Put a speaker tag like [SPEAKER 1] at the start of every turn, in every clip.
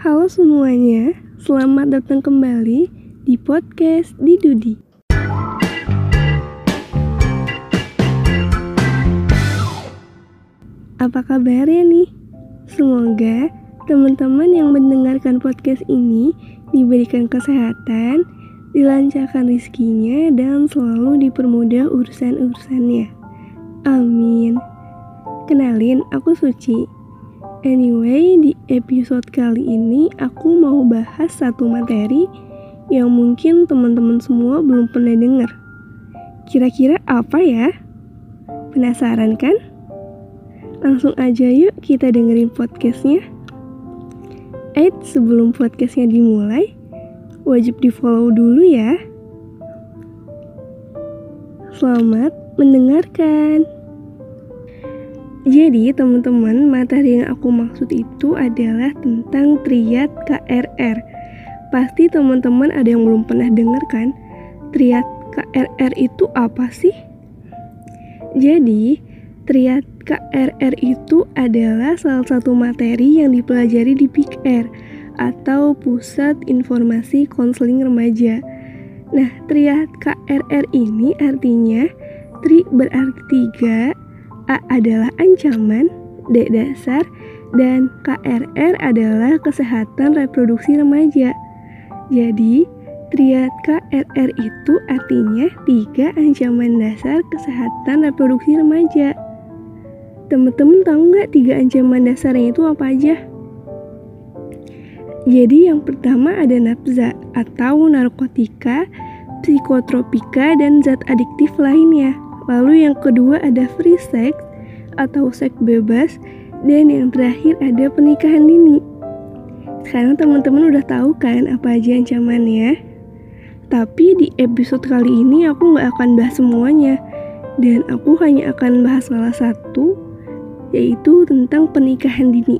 [SPEAKER 1] Halo semuanya, selamat datang kembali di podcast Didudi. Apa kabarnya nih? Semoga teman-teman yang mendengarkan podcast ini diberikan kesehatan, dilancarkan rezekinya, dan selalu dipermudah urusan-urusannya. Amin. Kenalin, aku Suci. Anyway, di episode kali ini aku mau bahas satu materi yang mungkin teman-teman semua belum pernah dengar. Kira-kira apa ya? Penasaran kan? Langsung aja yuk kita dengerin podcastnya. Sebelum podcastnya dimulai, wajib di follow dulu ya. Selamat mendengarkan. Jadi teman-teman, materi yang aku maksud itu adalah tentang triad KRR. Pasti teman-teman ada yang belum pernah dengar kan? Triad KRR itu apa sih? Jadi, triad KRR itu adalah salah satu materi yang dipelajari di PIKR atau Pusat Informasi Konseling Remaja. Nah, triad KRR ini artinya tri berarti 3, A adalah ancaman, D dasar, dan KRR adalah kesehatan reproduksi remaja. Jadi, triad KRR itu artinya 3 ancaman dasar kesehatan reproduksi remaja. Teman-teman tahu nggak 3 ancaman dasarnya itu apa aja? Jadi yang pertama ada nafza atau narkotika, psikotropika, dan zat adiktif lainnya. Lalu yang kedua ada free sex atau seks bebas, dan yang terakhir ada pernikahan dini. Sekarang teman-teman udah tahu kan apa aja ancamannya? Tapi di episode kali ini aku nggak akan bahas semuanya, dan aku hanya akan bahas salah satu, yaitu tentang pernikahan dini.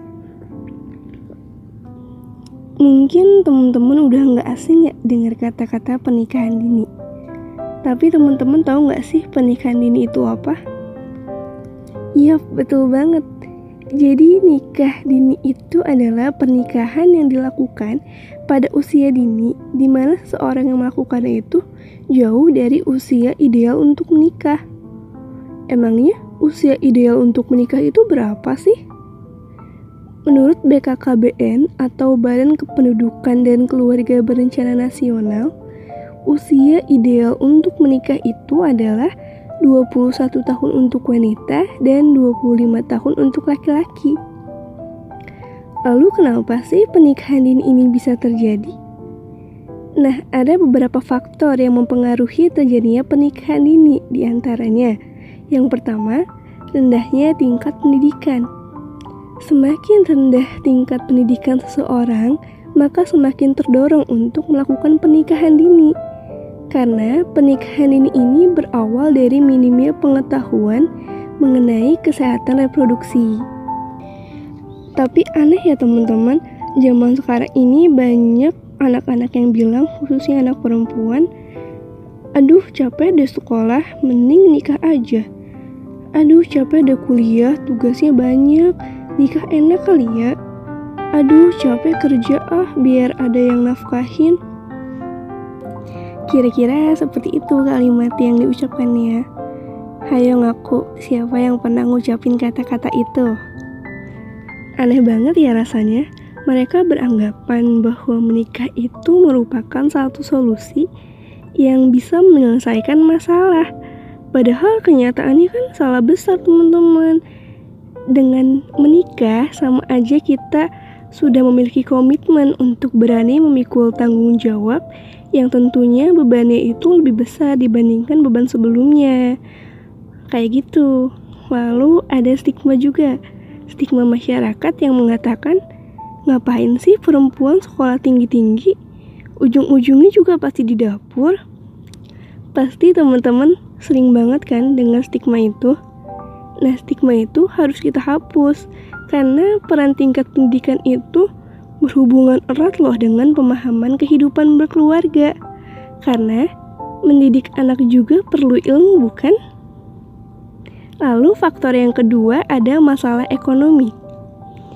[SPEAKER 1] Mungkin teman-teman udah nggak asing ya dengar kata-kata pernikahan dini. Tapi teman-teman tahu nggak sih pernikahan dini itu apa? Iya, betul banget. Jadi nikah dini itu adalah pernikahan yang dilakukan pada usia dini, di mana seseorang yang melakukannya itu jauh dari usia ideal untuk menikah. Emangnya usia ideal untuk menikah itu berapa sih? Menurut BKKBN atau Badan Kependudukan dan Keluarga Berencana Nasional, usia ideal untuk menikah itu adalah 21 tahun untuk wanita dan 25 tahun untuk laki-laki. Lalu kenapa sih pernikahan dini ini bisa terjadi? Nah, ada beberapa faktor yang mempengaruhi terjadinya pernikahan dini, di antaranya. Yang pertama, rendahnya tingkat pendidikan. Semakin rendah tingkat pendidikan seseorang, maka semakin terdorong untuk melakukan pernikahan dini. Karena pernikahan dini ini berawal dari minimnya pengetahuan mengenai kesehatan reproduksi. Tapi aneh ya teman-teman, zaman sekarang ini banyak anak-anak yang bilang, khususnya anak perempuan, aduh capek deh sekolah, mending nikah aja. Aduh capek deh kuliah, tugasnya banyak, nikah enak kali ya. Aduh capek kerja biar ada yang nafkahin. Kira-kira seperti itu kalimat yang diucapkannya. Hayo ngaku, siapa yang pernah ngucapin kata-kata itu? Aneh banget ya rasanya. Mereka beranggapan bahwa menikah itu merupakan satu solusi yang bisa menyelesaikan masalah. Padahal kenyataannya kan salah besar teman-teman. Dengan menikah sama aja kita sudah memiliki komitmen untuk berani memikul tanggung jawab yang tentunya bebannya itu lebih besar dibandingkan beban sebelumnya. Kayak gitu. Lalu ada stigma juga. Stigma masyarakat yang mengatakan, ngapain sih perempuan sekolah tinggi-tinggi? Ujung-ujungnya juga pasti di dapur. Pasti teman-teman sering banget kan dengar stigma itu. Nah, stigma itu harus kita hapus, karena peran tingkat pendidikan itu berhubungan erat loh dengan pemahaman kehidupan berkeluarga. Karena mendidik anak juga perlu ilmu, bukan? Lalu faktor yang kedua ada masalah ekonomi.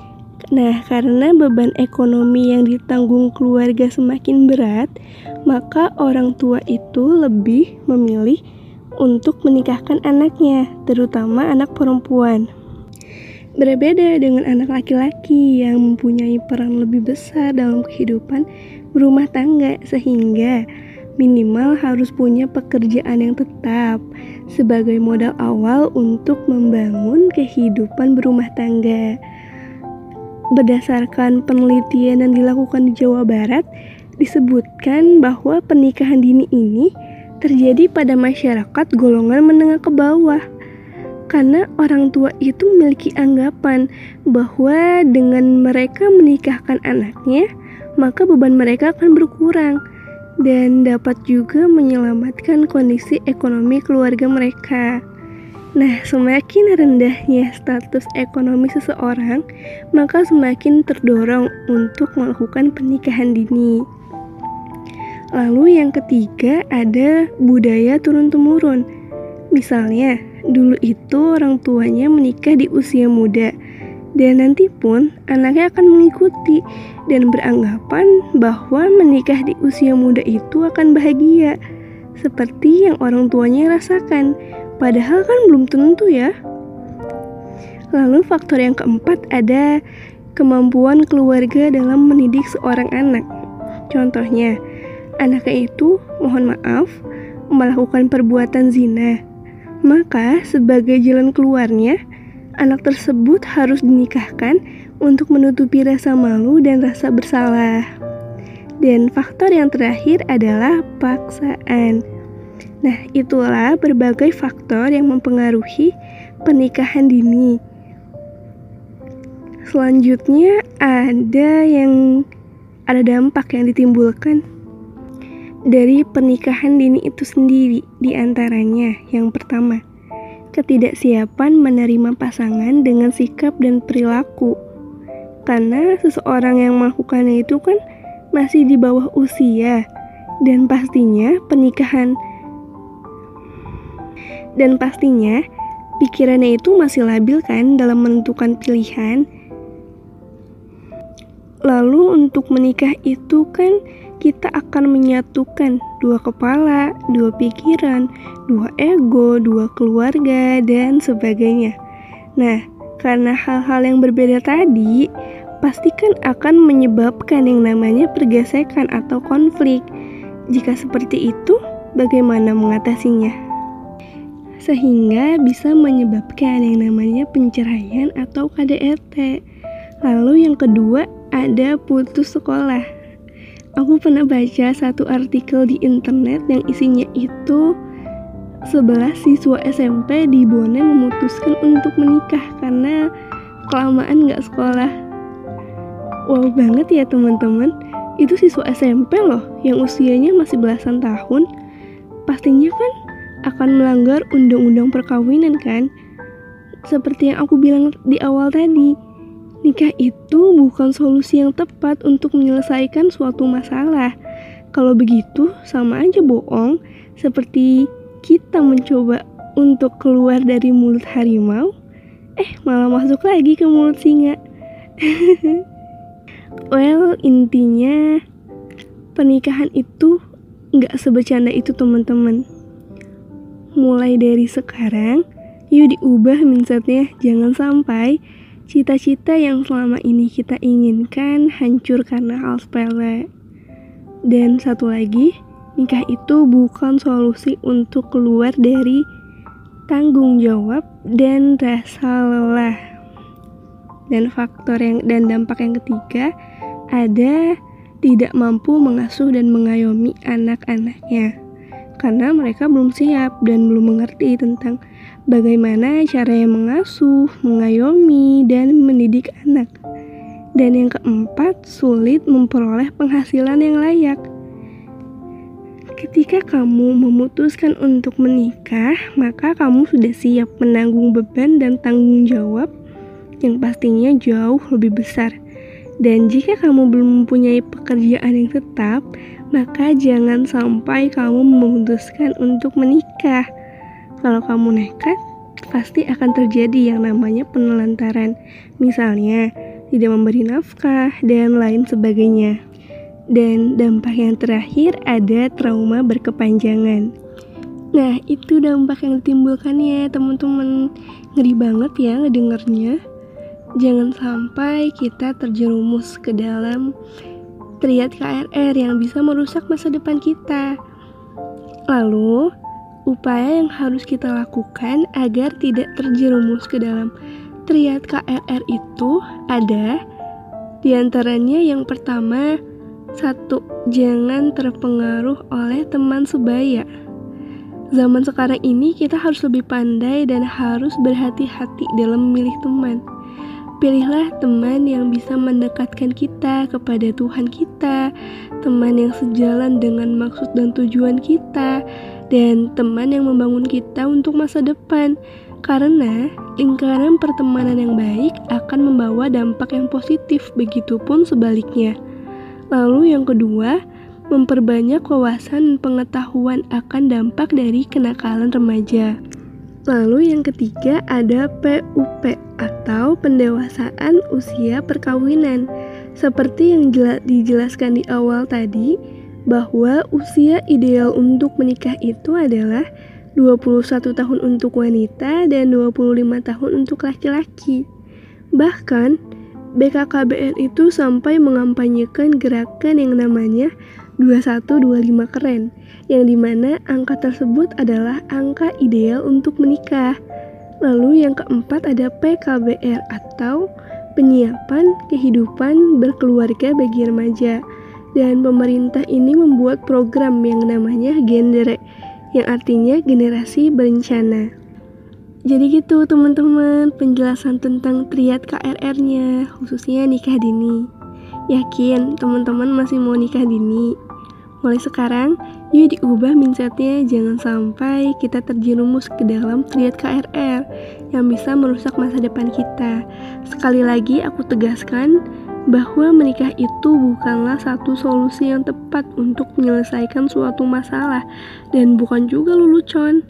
[SPEAKER 1] Nah, karena beban ekonomi yang ditanggung keluarga semakin berat, maka orang tua itu lebih memilih untuk menikahkan anaknya, terutama anak perempuan. Berbeda dengan anak laki-laki yang mempunyai peran lebih besar dalam kehidupan berumah tangga, sehingga minimal harus punya pekerjaan yang tetap sebagai modal awal untuk membangun kehidupan berumah tangga. Berdasarkan penelitian yang dilakukan di Jawa Barat, disebutkan bahwa pernikahan dini ini terjadi pada masyarakat golongan menengah ke bawah. Karena orang tua itu memiliki anggapan bahwa dengan mereka menikahkan anaknya, maka beban mereka akan berkurang dan dapat juga menyelamatkan kondisi ekonomi keluarga mereka. Nah, semakin rendahnya status ekonomi seseorang, maka semakin terdorong untuk melakukan pernikahan dini. Lalu yang ketiga ada budaya turun-temurun. Misalnya, dulu itu orang tuanya menikah di usia muda, dan nanti pun anaknya akan mengikuti dan beranggapan bahwa menikah di usia muda itu akan bahagia, seperti yang orang tuanya rasakan. Padahal kan belum tentu ya. Lalu faktor yang keempat ada kemampuan keluarga dalam mendidik seorang anak. Contohnya, anaknya itu, mohon maaf, melakukan perbuatan zina. Maka sebagai jalan keluarnya, anak tersebut harus dinikahkan untuk menutupi rasa malu dan rasa bersalah. Dan faktor yang terakhir adalah paksaan. Nah, itulah berbagai faktor yang mempengaruhi pernikahan dini. Selanjutnya ada dampak yang ditimbulkan dari pernikahan dini itu sendiri. Di antaranya, yang pertama, ketidaksiapan menerima pasangan dengan sikap dan perilaku. Karena seseorang yang melakukannya itu kan masih di bawah usia, dan pastinya pikirannya itu masih labil kan dalam menentukan pilihan. Lalu untuk menikah itu kan kita akan menyatukan dua kepala, dua pikiran, dua ego, dua keluarga, dan sebagainya. Nah, karena hal-hal yang berbeda tadi, pastikan akan menyebabkan yang namanya pergesekan atau konflik. Jika seperti itu, bagaimana mengatasinya? Sehingga bisa menyebabkan yang namanya penceraian atau KDRT. Lalu yang kedua ada putus sekolah. Aku pernah baca satu artikel di internet yang isinya itu 11 siswa SMP di Bone memutuskan untuk menikah karena kelamaan gak sekolah. Wow banget ya teman-teman, itu siswa SMP loh yang usianya masih belasan tahun. Pastinya kan akan melanggar undang-undang perkawinan kan? Seperti yang aku bilang di awal tadi, nikah itu bukan solusi yang tepat untuk menyelesaikan suatu masalah. Kalau begitu sama aja bohong, seperti kita mencoba untuk keluar dari mulut harimau, malah masuk lagi ke mulut singa. Well, intinya pernikahan itu gak sebecanda itu teman-teman. Mulai dari sekarang, yuk diubah mindsetnya. Jangan sampai cita-cita yang selama ini kita inginkan hancur karena hal sepele. Dan satu lagi, nikah itu bukan solusi untuk keluar dari tanggung jawab dan rasa lelah. Dan dampak yang ketiga ada tidak mampu mengasuh dan mengayomi anak-anaknya. Karena mereka belum siap dan belum mengerti tentang bagaimana caranya mengasuh, mengayomi, dan mendidik anak. Dan yang keempat, sulit memperoleh penghasilan yang layak. Ketika kamu memutuskan untuk menikah, maka kamu sudah siap menanggung beban dan tanggung jawab yang pastinya jauh lebih besar. Dan jika kamu belum mempunyai pekerjaan yang tetap, maka jangan sampai kamu memutuskan untuk menikah. Kalau kamu nekat, pasti akan terjadi yang namanya penelantaran. Misalnya, tidak memberi nafkah, dan lain sebagainya. Dan dampak yang terakhir ada trauma berkepanjangan. Nah, itu dampak yang ditimbulkannya, teman-teman. Ngeri banget ya ngedengernya. Jangan sampai kita terjerumus ke dalam triad KRR yang bisa merusak masa depan kita. Lalu, upaya yang harus kita lakukan agar tidak terjerumus ke dalam triad KRR itu ada. Di antaranya yang pertama, 1. Jangan terpengaruh oleh teman sebaya. Zaman sekarang ini kita harus lebih pandai dan harus berhati-hati dalam memilih teman. Pilihlah teman yang bisa mendekatkan kita kepada Tuhan kita, teman yang sejalan dengan maksud dan tujuan kita, dan teman yang membangun kita untuk masa depan. Karena lingkaran pertemanan yang baik akan membawa dampak yang positif, begitupun sebaliknya. Lalu yang kedua, memperbanyak wawasan dan pengetahuan akan dampak dari kenakalan remaja. Lalu yang ketiga ada PUP atau pendewasaan usia perkawinan. Seperti yang dijelaskan di awal tadi, bahwa usia ideal untuk menikah itu adalah 21 tahun untuk wanita dan 25 tahun untuk laki-laki. Bahkan BKKBN itu sampai mengampanyekan gerakan yang namanya 2125 keren, yang dimana angka tersebut adalah angka ideal untuk menikah. Lalu yang keempat ada PKBR atau penyiapan kehidupan berkeluarga bagi remaja. Dan pemerintah ini membuat program yang namanya Gendere, yang artinya generasi berencana. Jadi gitu teman-teman, penjelasan tentang triad KRR-nya, khususnya nikah dini. Yakin teman-teman masih mau nikah dini? Mulai sekarang, yuk diubah mindsetnya, jangan sampai kita terjerumus ke dalam triad KRR yang bisa merusak masa depan kita. Sekali lagi aku tegaskan bahwa menikah itu bukanlah satu solusi yang tepat untuk menyelesaikan suatu masalah, dan bukan juga lelucon.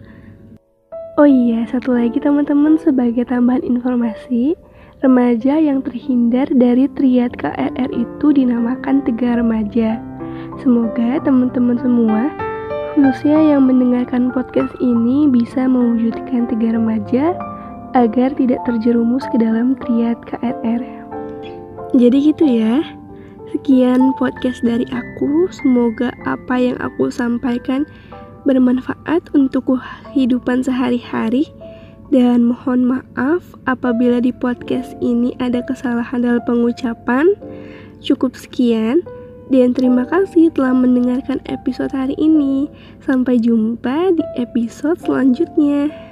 [SPEAKER 1] Oh iya, satu lagi teman-teman, sebagai tambahan informasi, remaja yang terhindar dari triad KRR itu dinamakan Tegar Remaja. Semoga teman-teman semua, khususnya yang mendengarkan podcast ini, bisa mewujudkan Tegar Remaja agar tidak terjerumus ke dalam triad KRR. Jadi gitu ya. Sekian podcast dari aku. Semoga apa yang aku sampaikan bermanfaat untuk kehidupan sehari-hari. Dan mohon maaf apabila di podcast ini ada kesalahan dalam pengucapan. Cukup sekian. Dan terima kasih telah mendengarkan episode hari ini. Sampai jumpa di episode selanjutnya.